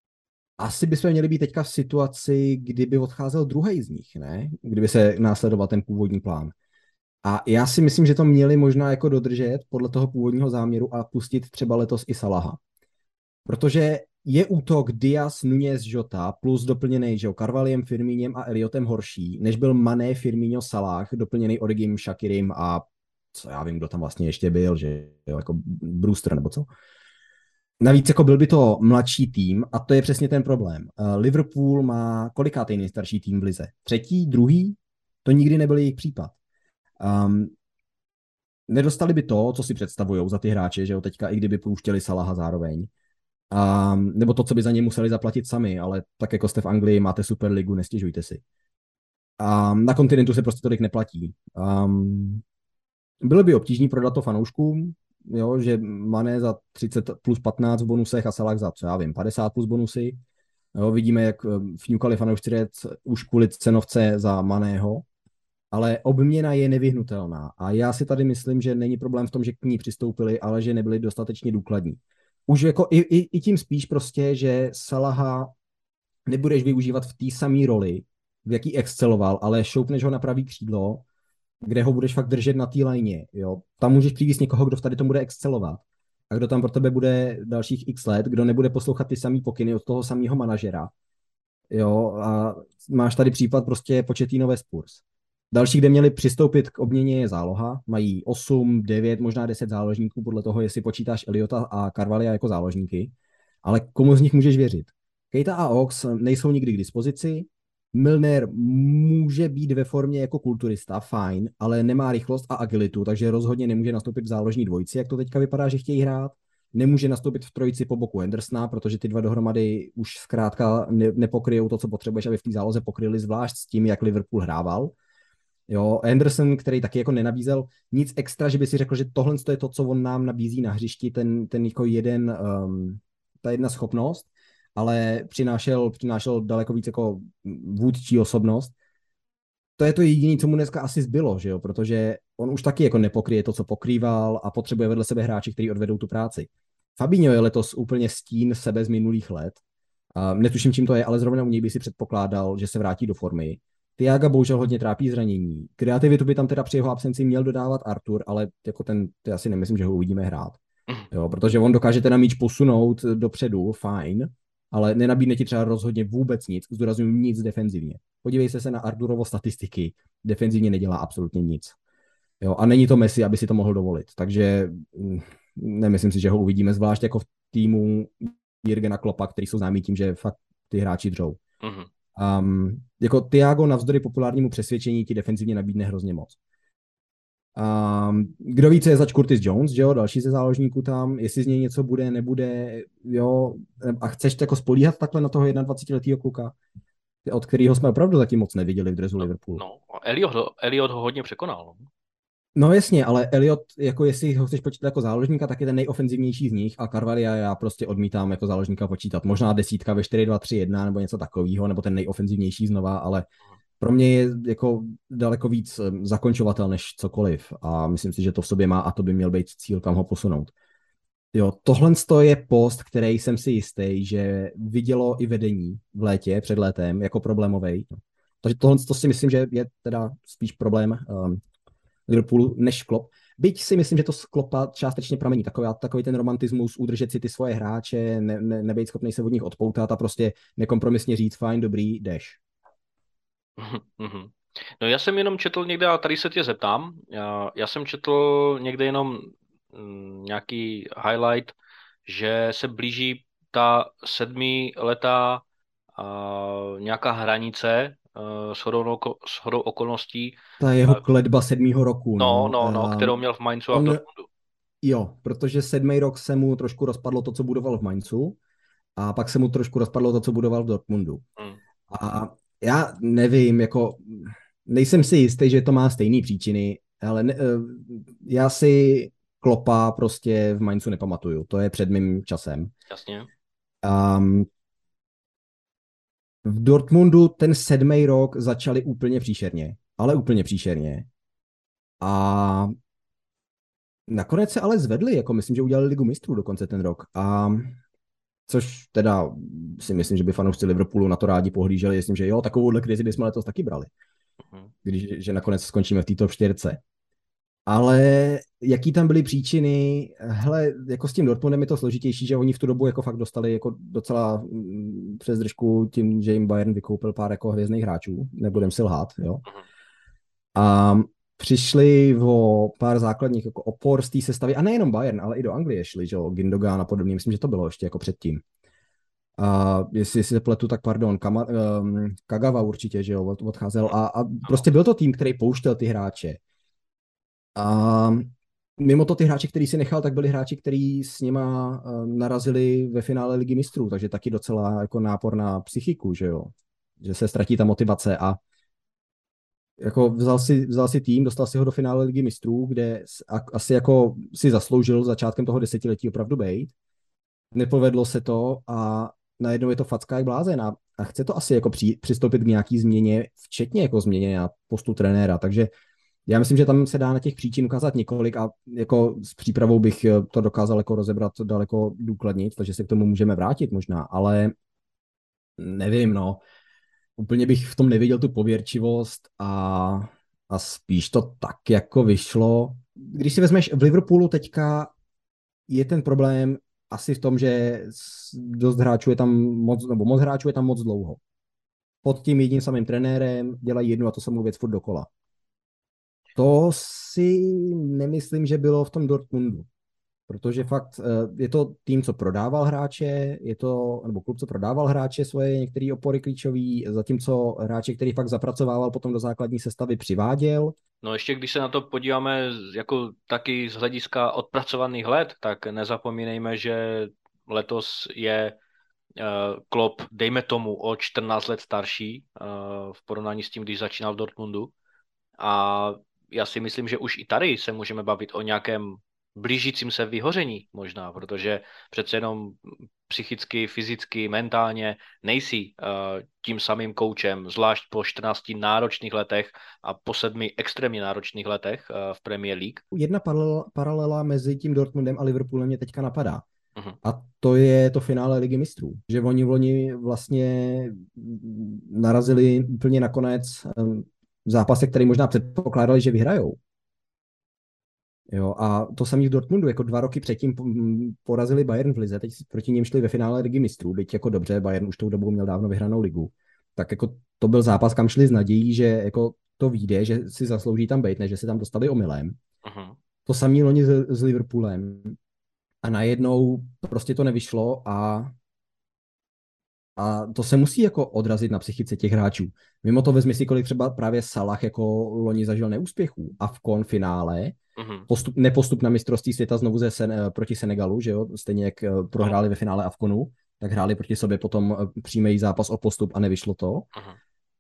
asi bychom měli být teďka v situaci, kdyby odcházel druhý z nich, ne? Kdyby se následoval ten původní plán. A já si myslím, že to měli možná jako dodržet podle toho původního záměru a pustit třeba letos i Salaha. Protože je útok Diaz, Nunez, Jota plus doplněný, že jo, Carvalhem, Firmínem a Eliotem horší, než byl Mané, Firmino, Salah, doplněný Origim, Shakirim a co já vím, kdo tam vlastně ještě byl, že jo, jako Brewster nebo co. Navíc jako byl by to mladší tým a to je přesně ten problém. Liverpool má kolikátej nejstarší tým v lize? Třetí, druhý? To nikdy nebyl jejich případ. Um, nedostali by to, co si představujou za ty hráče, že jo, teďka i kdyby pouštěli Salaha zároveň. Um, nebo to, co by za ně museli zaplatit sami, ale tak jako jste v Anglii, máte Superligu, nestěžujte si. Um, na kontinentu se prostě tolik neplatí. Um, bylo by obtížný prodat to fanouškům, jo, že Mané za třicet plus patnáct v bonusech a Salah za, co já vím, padesát plus bonusy. Jo, vidíme, jak fňukali fanoušci už kvůli cenovce za Maného, ale obměna je nevyhnutelná. A já si tady myslím, že není problém v tom, že k ní přistoupili, ale že nebyli dostatečně důkladní. Už jako i, i, i tím spíš prostě, že Salaha nebudeš využívat v té samé roli, v jaký exceloval, ale šoupneš ho na pravý křídlo, kde ho budeš fakt držet na té lajně. Jo? Tam můžeš přivést někoho, kdo v tady tom bude excelovat a kdo tam pro tebe bude dalších x let, kdo nebude poslouchat ty samý pokyny od toho samého manažera. Jo? A máš tady případ prostě Pochettino Spurs. Další, kde měli přistoupit k obměně, je záloha. Mají osm, devět, možná deset záložníků, podle toho, jestli počítáš Eliota a Carvalha jako záložníky. Ale komu z nich můžeš věřit? Keita a Ox nejsou nikdy k dispozici. Milner může být ve formě jako kulturista, fajn, ale nemá rychlost a agilitu, takže rozhodně nemůže nastoupit v záložní dvojici, jak to teďka vypadá, že chtějí hrát. Nemůže nastoupit v trojici po boku Hendersona, protože ty dva dohromady už zkrátka ne- nepokryjou to, co potřebuješ, aby v té záloze pokryli, zvlášť s tím, jak Liverpool hrával. Jo, Henderson, který taky jako nenabízel nic extra, že by si řekl, že tohle je to, co on nám nabízí na hřišti, ten, ten jako jeden, um, ta jedna schopnost, ale přinášel, přinášel daleko víc jako vůdčí osobnost. To je to jediné, co mu dneska asi zbylo, že jo, protože on už taky jako nepokryje to, co pokrýval a potřebuje vedle sebe hráči, kteří odvedou tu práci. Fabinho je letos úplně stín sebe z minulých let. Uh, netuším, čím to je, ale zrovna u něj by si předpokládal, že se vrátí do formy. Thiaga bohužel hodně trápí zranění. Kreativitu by tam teda při jeho absenci měl dodávat Artur, ale jako ten, ty asi nemyslím, že ho uvidíme hrát. Jo, protože on dokáže ten míč posunout dopředu, fajn, ale nenabídne ti třeba rozhodně vůbec nic, zdůraznuju nic defenzivně. Podívej se se na Arturovo statistiky, defenzivně nedělá absolutně nic. Jo, a není to Messi, aby si to mohl dovolit, takže nemyslím si, že ho uvidíme, zvlášť jako v týmu Jurgena Kloppa, který jsou známí tím, že fakt ty hráči dřou. Mhm. Um, jako Thiago navzdory populárnímu přesvědčení ti defenzivně nabídne hrozně moc. Um, kdo ví, co je zač Curtis Jones, že jo, další ze záložníků tam, jestli z něj něco bude, nebude, jo, a chceš jako spolíhat takhle na toho dvacetiletého kluka, od kterého jsme opravdu zatím moc neviděli v dresu No, Liverpoolu. no. Elliot, ho- Elliot ho hodně překonal. No. No jasně, ale Elliot, jako jestli ho chceš počítat jako záložníka, tak je ten nejofenzivnější z nich a Carvalha já prostě odmítám jako záložníka počítat. Možná desítka ve čtyři dva tři jedna nebo něco takového, nebo ten nejofenzivnější znova, ale pro mě je jako daleko víc zakončovatel než cokoliv a myslím si, že to v sobě má a to by měl být cíl, kam ho posunout. Jo, tohle je post, který jsem si jistý, že vidělo i vedení v létě, před létem, jako problémový. Takže tohle to si myslím, že je teda spíš problém um, Liverpoolu než Klopp. Byť si myslím, že to z Kloppa částečně pramení. Takový, takový ten romantismus, udržet si ty svoje hráče, ne, ne, nebejt schopný se od nich odpoutat a prostě nekompromisně říct, fajn, dobrý, jdeš. Mhm. No já jsem jenom četl někde, a tady se tě zeptám, já, já jsem četl někde jenom mm, nějaký highlight, že se blíží ta sedmiletá a, nějaká hranice a, s hodou, oko- s hodou okolností. Ta jeho kletba sedmého roku, No, no. no, no, kterou Um, měl v Mainzu a v on, Dortmundu. jo, protože sedmý rok se mu trošku rozpadlo to, co budoval v Mainzu a pak se mu trošku rozpadlo to, co budoval v Dortmundu. Hmm. A já nevím, jako nejsem si jistý, že to má stejné příčiny, ale ne, já si Kloppa prostě v Mainzu nepamatuju. To je před mým časem. Jasně. Um, v Dortmundu ten sedmý rok začali úplně příšerně, ale úplně příšerně. A nakonec se ale zvedli, jako myslím, že udělali Ligu mistrů dokonce ten rok. A což teda si myslím, že by fanoušci Liverpoolu na to rádi pohlíželi, myslím, že jo, takovouhle krizi bychom letos taky brali. Mhm. Když, že nakonec skončíme v té top čtyřce. Ale jaký tam byly příčiny, hele, jako s tím Dortmundem je to složitější, že oni v tu dobu jako fakt dostali jako docela mm, přes držku tím, že jim Bayern vykoupil pár jako hvězdných hráčů, nebudem si lhát, jo. Mhm. A přišli o pár základních jako opor z té sestavy, a nejenom Bayern, ale i do Anglie šli, že jo, Gündogan a podobně, myslím, že to bylo ještě jako předtím. A jestli si se pletu, tak pardon, Kama, um, Kagawa určitě, že jo, od, odcházel a, a prostě byl to tým, který pouštěl ty hráče. A mimo to ty hráči, který si nechal, tak byli hráči, kteří s nima um, narazili ve finále Ligy mistrů, takže taky docela jako nápor na psychiku, že jo, že se ztratí ta motivace a jako vzal si, vzal si tým, dostal si ho do finále Ligy mistrů, kde asi jako si zasloužil začátkem toho desetiletí opravdu bejt. Nepovedlo se to a najednou je to facka jak blázen a, a chce to asi jako při, přistoupit k nějaký změně, včetně jako změně na postu trenéra, takže já myslím, že tam se dá na těch příčin ukázat několik a jako s přípravou bych to dokázal jako rozebrat daleko důkladněji, takže se k tomu můžeme vrátit možná, ale nevím, no. Úplně bych v tom neviděl tu pověrčivost a, a spíš to tak jako vyšlo. Když si vezmeš v Liverpoolu teďka, je ten problém asi v tom, že dost hráčů je tam moc, nebo moc hráčů je tam moc dlouho. Pod tím jedním samým trenérem dělají jednu a to samou věc furt dokola. To si nemyslím, že bylo v tom Dortmundu. Protože fakt je to tým, co prodával hráče, je to, nebo klub, co prodával hráče svoje některé opory klíčový, zatímco hráče, který fakt zapracovával potom do základní sestavy, přiváděl. No ještě když se na to podíváme jako taky z hlediska odpracovaných let, tak nezapomínejme, že letos je uh, Klopp, dejme tomu, o čtrnáct let starší uh, v porovnání s tím, když začínal v Dortmundu. A já si myslím, že už i tady se můžeme bavit o nějakém blížícím se vyhoření možná, protože přece jenom psychicky, fyzicky, mentálně nejsi uh, tím samým koučem, zvlášť po čtrnácti náročných letech a po sedmi extrémně náročných letech uh, v Premier League. Jedna paralela, paralela mezi tím Dortmundem a Liverpoolem mě teďka napadá. Uh-huh. A to je to finále Ligy mistrů. Že oni v loni vlastně narazili úplně nakonec v zápase, který možná předpokládali, že vyhrajou. Jo, a to samý v Dortmundu, jako dva roky předtím porazili Bayern v lize, teď proti něm šli ve finále Ligy mistrů, byť jako dobře, Bayern už tou dobou měl dávno vyhranou ligu. Tak jako to byl zápas, kam šli s nadějí, že jako to vyjde, že si zaslouží tam bejt, ne, že se tam dostali omylem. Uh-huh. To samý loni s, s Liverpoolem. A najednou prostě to nevyšlo a A to se musí jako odrazit na psychice těch hráčů. Mimo to vezmi si, kolik třeba právě Salah jako loni zažil neúspěchů. A v konfinále Mhm. postup, nepostup na mistrovství světa znovu ze Sen, proti Senegalu, že jo? Stejně jak prohráli Ano. ve finále Afkonu, tak hráli proti sobě potom přímý zápas o postup a nevyšlo to. Mhm.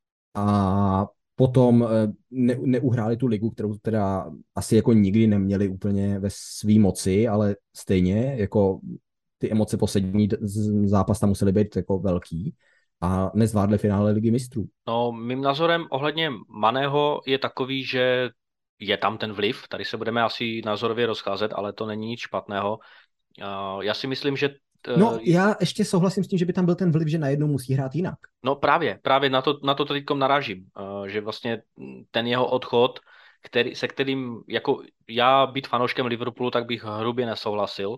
A potom ne, neuhráli tu ligu, kterou teda asi jako nikdy neměli úplně ve své moci, ale stejně jako ty emoce poslední zápas tam musely být jako velký a nezvládli finále ligy mistrů. No, mým názorem ohledně Maného je takový, že je tam ten vliv. Tady se budeme asi názorově rozcházet, ale to není nic špatného. Uh, Já si myslím, že uh, No, já ještě souhlasím s tím, že by tam byl ten vliv, že najednou musí hrát jinak. no právě, právě na to, na to teďkom narážím, uh, že vlastně ten jeho odchod, který, se kterým jako já být fanouškem Liverpoolu, tak bych hrubě nesouhlasil.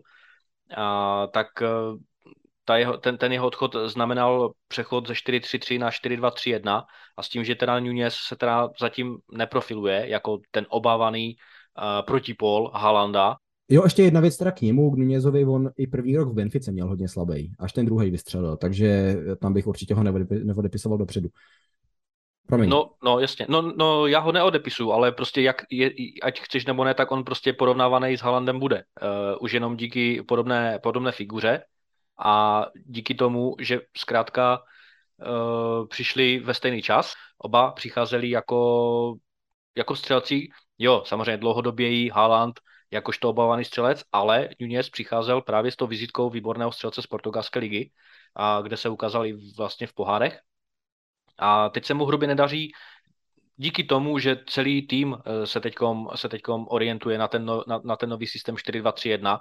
Uh, tak uh, ta jeho, ten, ten jeho odchod znamenal přechod ze čtyři tři tři na čtyři dva tři jedna a s tím, že teda Nunez se teda zatím neprofiluje jako ten obávaný uh, protipól Haalanda. Jo, ještě jedna věc teda k němu, k Nunezovi, on i první rok v Benfice měl hodně slabý, až ten druhý vystřelil, takže tam bych určitě ho neodepisoval dopředu. Promiň. No, no jasně, no, no já ho neodepisuju, ale prostě jak je, ať chceš nebo ne, tak on prostě porovnávaný s Haalandem bude. Uh, už jenom díky podobné, podobné figuře a díky tomu, že zkrátka uh, přišli ve stejný čas, oba přicházeli jako, jako střelci, jo, samozřejmě dlouhodoběji Haaland jakožto obávaný střelec, ale Nunez přicházel právě s tou vizitkou výborného střelce z portugalské ligy, a kde se ukázal i vlastně v pohárech. A teď se mu hrubě nedaří díky tomu, že celý tým se teďkom, se teďkom orientuje na ten, no, na, na ten nový systém čtyři dva tři jedna.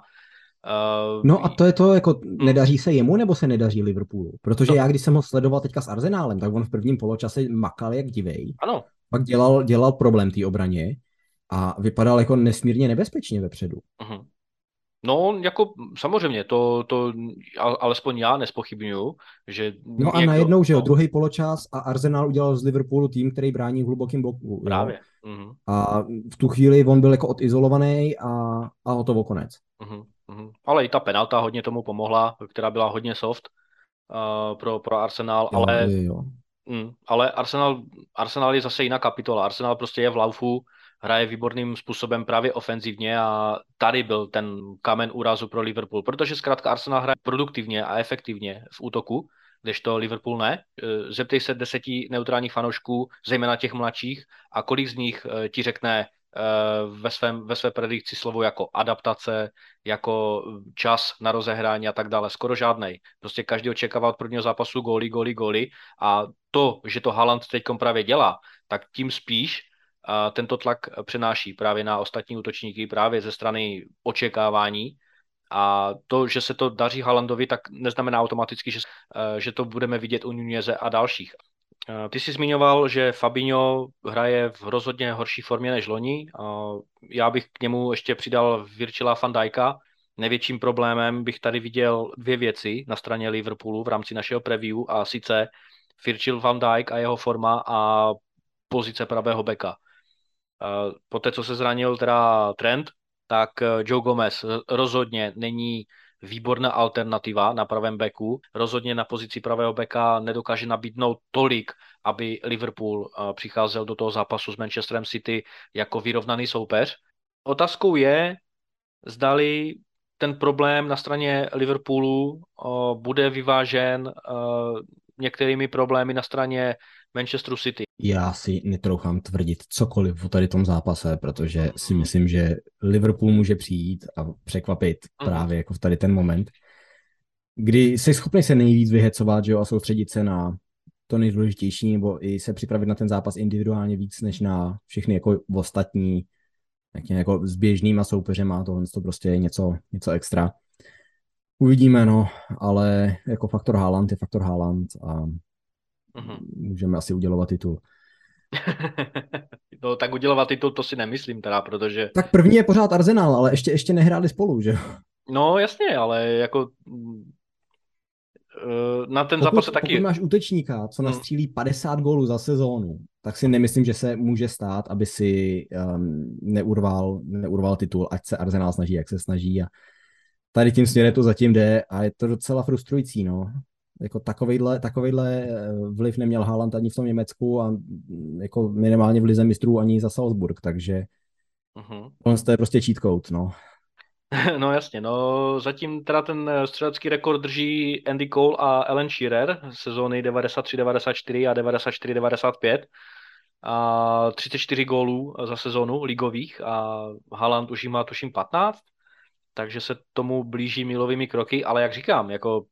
Uh, No a to je to, jako hmm. nedaří se jemu, nebo se nedaří Liverpoolu? Protože no. já, když jsem ho sledoval teďka s Arsenálem, tak on v prvním poločase makal jak divej. Ano. Pak dělal, dělal problém té obraně a vypadal jako nesmírně nebezpečně vepředu. Uh-huh. No, jako samozřejmě, to, to alespoň já nespochybnuju, že No a někdo, najednou, že jo, no, druhý poločas a Arsenal udělal z Liverpoolu tým, který brání v hlubokým boku. právě. Jo? Uh-huh. A v tu chvíli on byl jako odizolovaný a, a hotovo konec. Uh-huh. Uh-huh. Ale i ta penalta hodně tomu pomohla, která byla hodně soft uh, pro, pro Arsenal, Jo, ale, jo. mm, ale Arsenal, Arsenal je zase jiná kapitola. Arsenal prostě je v laufu, hraje výborným způsobem právě ofenzivně a tady byl ten kámen úrazu pro Liverpool, protože zkrátka Arsenal hraje produktivně a efektivně v útoku, kdežto Liverpool ne. Zeptej se deseti neutrálních fanoušků, zejména těch mladších, a kolik z nich ti řekne ve, svém, ve své predikci slovo jako adaptace, jako čas na rozehrání a tak dále. Skoro žádnej. Prostě každý očekává od prvního zápasu góly, góly, góly a to, že to Haaland teďkom právě dělá, tak tím spíš a tento tlak přenáší právě na ostatní útočníky právě ze strany očekávání. A to, že se to daří Haalandovi, tak neznamená automaticky, že, že to budeme vidět u Nuneze a dalších. Ty jsi zmiňoval, že Fabinho hraje v rozhodně horší formě než loni. Já bych k němu ještě přidal Virgila van Dijka. Největším problémem bych tady viděl dvě věci na straně Liverpoolu v rámci našeho preview, a sice Virgil van Dijk a jeho forma a pozice pravého beka. Poté, co se zranil teda Trent, tak Joe Gomez rozhodně není výborná alternativa na pravém beku. Rozhodně na pozici pravého beka nedokáže nabídnout tolik, aby Liverpool přicházel do toho zápasu s Manchesterem City jako vyrovnaný soupeř. Otázkou je, zdali ten problém na straně Liverpoolu bude vyvážen některými problémy na straně Manchesteru City. Já si netroufám tvrdit cokoliv o tady tom zápase, protože si myslím, že Liverpool může přijít a překvapit mm. právě jako v tady ten moment, kdy jsi schopný se nejvíc vyhecovat, že jo, a soustředit se na to nejdůležitější, nebo i se připravit na ten zápas individuálně víc, než na všechny jako ostatní, jako s běžnýma soupeřema, tohle to prostě je něco, něco extra. Uvidíme, no, ale jako faktor Haaland je faktor Haaland a mm-hmm. můžeme asi udělovat titul. No tak udělovat titul, to si nemyslím teda, protože... Tak první je pořád Arsenal, ale ještě, ještě nehráli spolu, že? No jasně, ale jako na ten pokud, zápas se taky... Pokud máš útočníka, co nastřílí padesát gólů za sezónu, tak si nemyslím, že se může stát, aby si um, neurval, neurval titul, ať se Arsenal snaží, jak se snaží. A tady tím směrem to zatím jde a je to docela frustrující, no. Jako takovejhle, takovejhle vliv neměl Haaland ani v tom Německu a jako minimálně v lize mistrů ani za Salzburg, takže Uh-huh. on to je prostě cheat code, no. No jasně, no zatím teda ten střelecký rekord drží Andy Cole a Alan Shearer sezóny devadesát tři devadesát čtyři a devadesát čtyři devadesát pět a třicet čtyři gólů za sezónu ligových a Haaland už jí má tuším patnáct, takže se tomu blíží milovými kroky, ale jak říkám, jako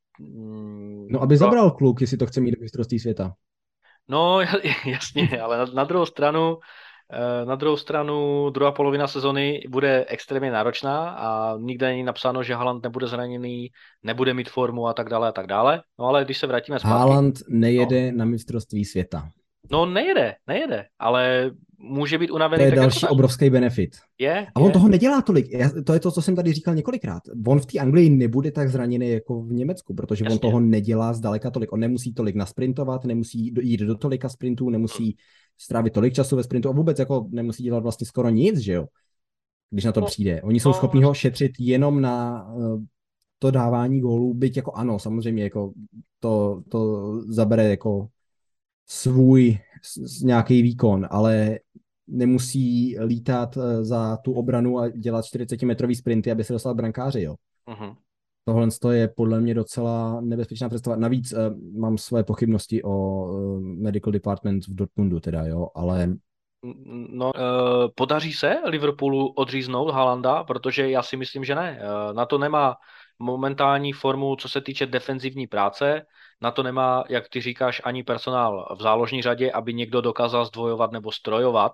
No, mm, aby pro, zabral kluk, jestli to chce mít do mistrovství světa. no jasně, ale na, na druhou stranu eh, na druhou stranu druhá polovina sezony bude extrémně náročná a nikde není napsáno, že Haaland nebude zraněný, nebude mít formu a tak dále a tak dále. No ale když se vrátíme zpátky, Haaland no, nejede na mistrovství světa. no nejede, nejede, ale může být To unavený je tak jako další naši. obrovský benefit. Je, A on je. toho nedělá tolik. Já, to je to, co jsem tady říkal několikrát. On v té Anglii nebude tak zraněný jako v Německu, protože on Jasně. toho nedělá zdaleka tolik. On nemusí tolik nasprintovat, nemusí jít do tolika sprintů, nemusí strávit tolik času ve sprintu a vůbec jako nemusí dělat vlastně skoro nic, že jo? Když na to No, přijde. Oni jsou no, schopni ho šetřit jenom na uh, to dávání gólů, byť jako ano, samozřejmě jako to, to zabere jako svůj nějaký výkon, ale nemusí lítat za tu obranu a dělat čtyřicetimetrový sprinty, aby se dostal brankáři, jo. uh-huh. Tohle je podle mě docela nebezpečná představa. Navíc uh, mám své pochybnosti o uh, medical department v Dortmundu teda, jo, ale No, eh, podaří se Liverpoolu odříznout Haalanda, protože já si myslím, že ne. Eh, Na to nemá momentální formu, co se týče defenzivní práce, na to nemá, jak ty říkáš, ani personál v záložní řadě, aby někdo dokázal zdvojovat nebo strojovat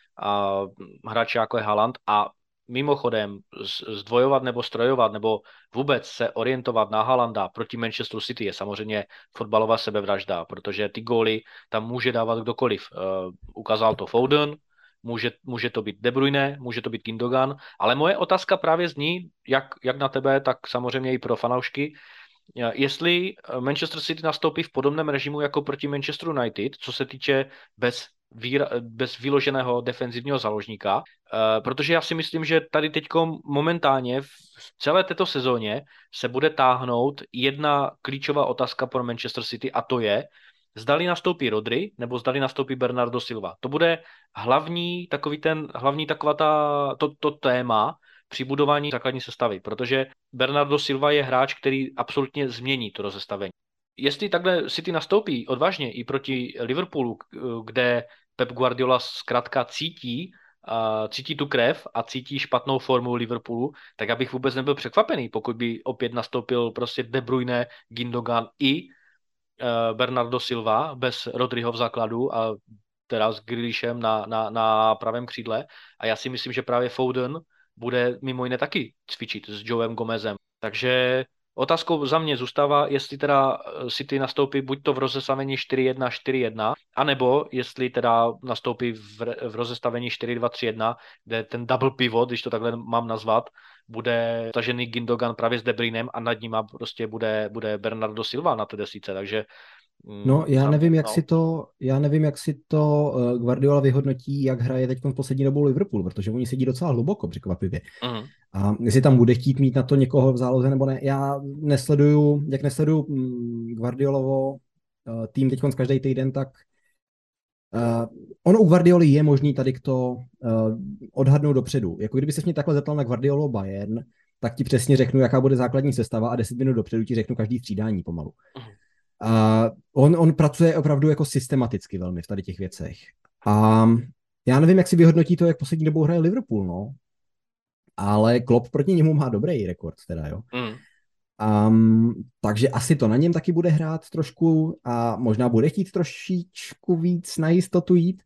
a hráče jako je Haaland. A mimochodem zdvojovat nebo strojovat nebo vůbec se orientovat na Haalanda proti Manchesteru City je samozřejmě fotbalová sebevražda, protože ty góly tam může dávat kdokoliv. Uh, ukázal to Foden, může, může to být De Bruyne, může to být Gündogan, ale moje otázka právě zní, jak, jak na tebe, tak samozřejmě i pro fanoušky, jestli Manchester City nastoupí v podobném režimu jako proti Manchester United, co se týče bez, výra, bez vyloženého defenzivního záložníka, uh, protože já si myslím, že tady teď momentálně v celé této sezóně se bude táhnout jedna klíčová otázka pro Manchester City a to je, zdali nastoupí Rodri nebo zdali nastoupí Bernardo Silva. To bude hlavní takový ten, hlavní taková ta, to, to téma při budování základní sestavy, protože Bernardo Silva je hráč, který absolutně změní to rozestavení. Jestli takhle City nastoupí odvážně i proti Liverpoolu, kde Pep Guardiola zkrátka cítí, uh, cítí tu krev a cítí špatnou formu Liverpoolu, tak abych vůbec nebyl překvapený, pokud by opět nastoupil prostě De Bruyne, Gündogan i uh, Bernardo Silva bez Rodriho v základu a teda s Grealishem na, na, na pravém křídle. A já si myslím, že právě Foden bude mimo jiné taky cvičit s Joeem Gomezem. Takže otázkou za mě zůstává, jestli teda City nastoupí buď to v rozestavení čtyři jedna čtyři jedna, anebo jestli teda nastoupí v, v rozestavení čtyři dva tři jedna, kde ten double pivot, když to takhle mám nazvat, bude tažený Gündogan právě s De Bruynem a nad ním prostě bude, bude Bernardo Silva na té desíce, takže no, já za mě, nevím, jak no. si to, já nevím, jak si to uh, Guardiola vyhodnotí, jak hraje teď v poslední dobou Liverpool, protože oni sedí docela hluboko, překvapivě. Uh-huh. A jestli tam bude chtít mít na to někoho v záloze nebo ne, já nesleduju, jak nesleduju um, Guardiolovo uh, tým teď každý týden, tak uh, ono u Guardioli je možný tady to uh, odhadnout dopředu. Jako kdyby se mě takhle zeptal na Guardiolo Bayern, tak ti přesně řeknu, jaká bude základní sestava a deset minut dopředu ti řeknu každý střídání pomalu. Uh-huh. A on, on pracuje opravdu jako systematicky velmi v tady těch věcech. A já nevím, jak si vyhodnotí to, jak poslední dobou hraje Liverpool, no. Ale Klopp proti němu má dobrý rekord, teda, jo. Mm. Um, takže asi to na něm taky bude hrát trošku a možná bude chtít trošičku víc na jistotu jít.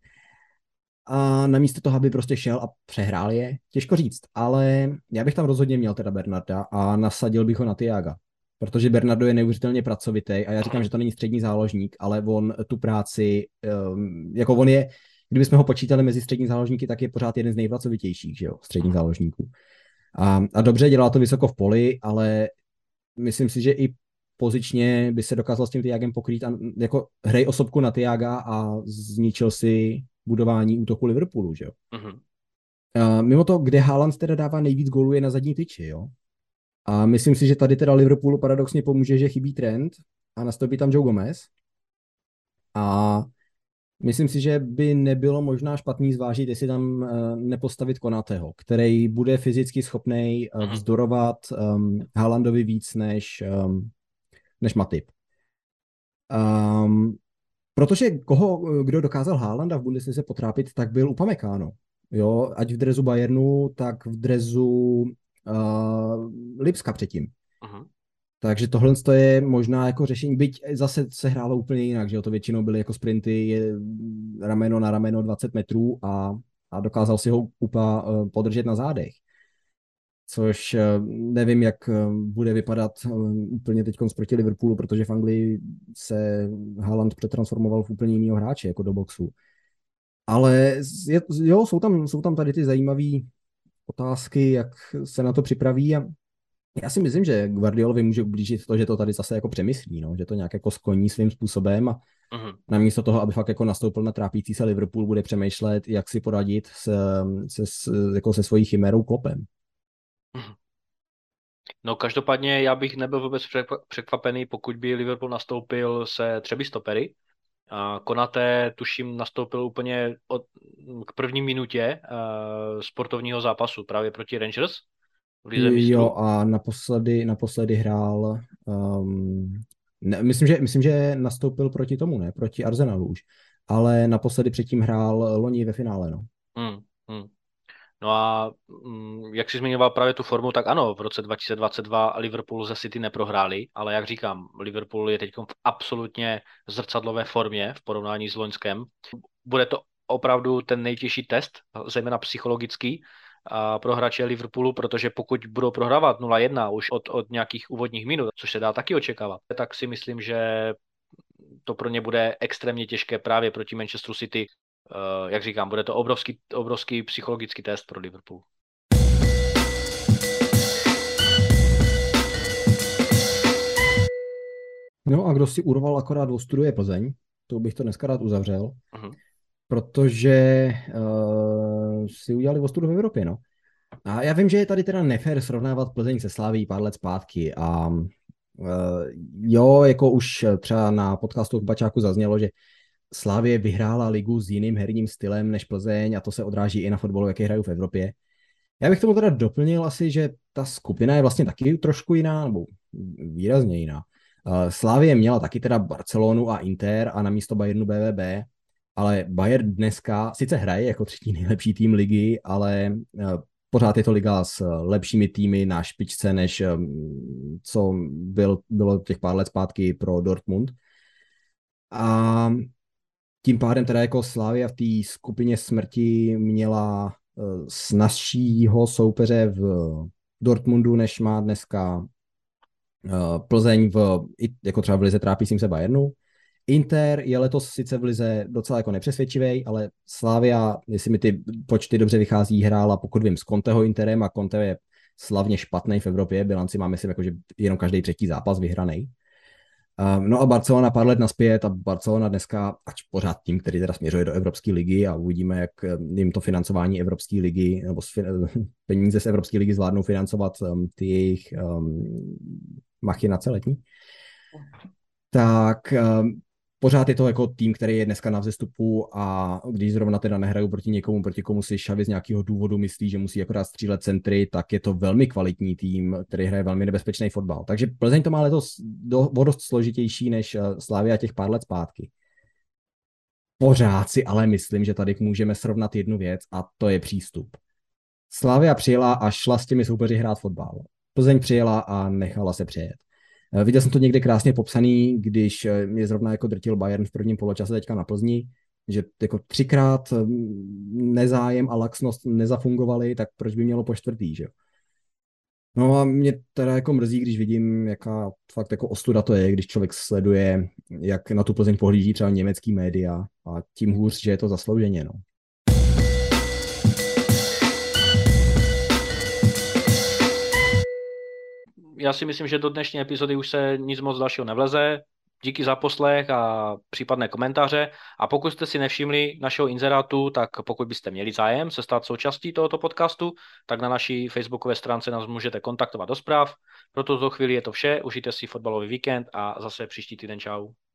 A namísto toho, aby prostě šel a přehrál je, těžko říct. Ale já bych tam rozhodně měl teda Bernarda a nasadil bych ho na Thiaga. Protože Bernardo je neuvěřitelně pracovitý a já říkám, že to není střední záložník, ale on tu práci, um, jako on je, kdybychom ho počítali mezi střední záložníky, tak je pořád jeden z nejpracovitějších, že jo, středních záložníků. A, a dobře, dělá to vysoko v poli, ale myslím si, že i pozičně by se dokázal s tím Thiagem pokrýt a jako hrej osobku na Thiaga a zničil si budování útoku Liverpoolu, že jo. Uh-huh. A mimo to, kde Haaland teda dává nejvíc gólů, je na zadní tyči, jo. A myslím si, že tady teda Liverpoolu paradoxně pomůže, že chybí Trent a nastoupí tam Joe Gomez. A myslím si, že by nebylo možná špatný zvážit, jestli tam uh, nepostavit Konateho, který bude fyzicky schopný uh, Mhm. vzdorovat um, Haalandovi víc než, um, než Matip. Um, protože koho, kdo dokázal Haalanda v Bundeslize potrápit, tak byl Upamecano. Jo, ať v drezu Bayernu, tak v drezu uh, Lipska předtím. Mhm. Takže tohle je možná jako řešení, byť zase se hrálo úplně jinak, že jo, to většinou byly jako sprinty je rameno na rameno dvacet metrů a, a dokázal si ho Upa uh, podržet na zádech. Což uh, nevím, jak uh, bude vypadat uh, úplně teď proti Liverpoolu, protože v Anglii se Haaland přetransformoval v úplně jiného hráče, jako do boxu. Ale je, jo, jsou tam, jsou tam tady ty zajímavé otázky, jak se na to připraví a já si myslím, že Guardiolovi může ublížit to, že to tady zase jako přemyslí, no, že to nějak jako skoní svým způsobem a Mhm. namísto toho, aby fakt jako nastoupil na trápící se Liverpool, bude přemýšlet, jak si poradit se, se, jako se svojí chimérou Kloppem. Mhm. No každopádně já bych nebyl vůbec překvapený, pokud by Liverpool nastoupil se třemi stopery. A Konaté, tuším, nastoupil úplně od, k první minutě uh, sportovního zápasu právě proti Rangers v Lize Jo, mistrů. a naposledy, naposledy hrál, um, ne, myslím, že, myslím, že nastoupil proti tomu, ne, proti Arsenalu už, ale naposledy předtím hrál loni ve finále, no. Hmm, hmm. No a mm, jak jsi zmiňoval právě tu formu, tak ano, v roce dva tisíce dvacet dva Liverpool ze City neprohráli, ale jak říkám, Liverpool je teď v absolutně zrcadlové formě v porovnání s loňskem. Bude to opravdu ten nejtěžší test, zejména psychologický, a pro hráče Liverpoolu, protože pokud budou prohrávat nula jedna už od, od nějakých úvodních minut, což se dá taky očekávat, tak si myslím, že to pro ně bude extrémně těžké právě proti Manchesteru City. Uh, jak říkám, bude to obrovský, obrovský psychologický test pro Liverpool. No a kdo si urval akorát ostudu je Plzeň, to bych to dneska rád uzavřel, Uh-huh. protože uh, si udělali ostudu v Evropě, no. A já vím, že je tady teda nefér srovnávat Plzeň se Slaví pár let zpátky a uh, jo, jako už třeba na podcastu k Bačáku zaznělo, že Slavie vyhrála ligu s jiným herním stylem než Plzeň a to se odráží i na fotbalu, jaký hrají v Evropě. Já bych tomu teda doplnil asi, že ta skupina je vlastně taky trošku jiná, nebo výrazně jiná. Uh, Slavie měla taky teda Barcelonu a Inter a namísto Bayernu B V B, ale Bayern dneska sice hraje jako třetí nejlepší tým ligy, ale uh, pořád je to liga s lepšími týmy na špičce, než um, co byl, bylo těch pár let zpátky pro Dortmund. A tím pádem teda jako Slavia v té skupině smrti měla uh, snazšího soupeře v Dortmundu, než má dneska uh, Plzeň v, jako třeba v lize trápícím se Bayernu. Inter je letos sice v lize docela jako nepřesvědčivý, ale Slavia, jestli mi ty počty dobře vychází, hrála, pokud vím, s Conteho Interem a Conte je slavně špatný v Evropě, bilanci máme si jako, že jenom každý třetí zápas vyhraný. Uh, no a Barcelona pár let naspět a Barcelona dneska, ač pořád tým, který teda směřuje do Evropské ligy a uvidíme, jak jim to financování Evropské ligy nebo peníze z Evropské ligy zvládnou financovat um, ty jejich um, machinace letní, tak um, pořád je to jako tým, který je dneska na vzestupu a když zrovna teda nehrajou proti někomu, proti komu si Xavi z nějakého důvodu myslí, že musí akorát střílet centry, tak je to velmi kvalitní tým, který hraje velmi nebezpečný fotbal. Takže Plzeň to má letos do, o dost složitější než Slavia těch pár let zpátky. Pořád si ale myslím, že tady můžeme srovnat jednu věc a to je přístup. Slavia přijela a šla s těmi soupeři hrát fotbal. Plzeň přijela a nechala se přejet. Viděl jsem to někde krásně popsaný, když mě zrovna jako drtil Bayern v prvním poločase teďka na Plzni, že jako třikrát nezájem a laxnost nezafungovaly, tak proč by mělo po čtvrtý, že jo? No a mě teda jako mrzí, když vidím, jaká fakt jako ostuda to je, když člověk sleduje, jak na tu Plzeň pohlíží třeba německý média a tím hůř, že je to zaslouženě, no. Já si myslím, že do dnešní epizody už se nic moc dalšího nevleze. díky za poslech a případné komentáře. A pokud jste si nevšimli našeho inzerátu, tak pokud byste měli zájem se stát součástí tohoto podcastu, tak na naší facebookové stránce nás můžete kontaktovat do zpráv. Pro tuto chvíli je to vše, užijte si fotbalový víkend a zase příští týden čau.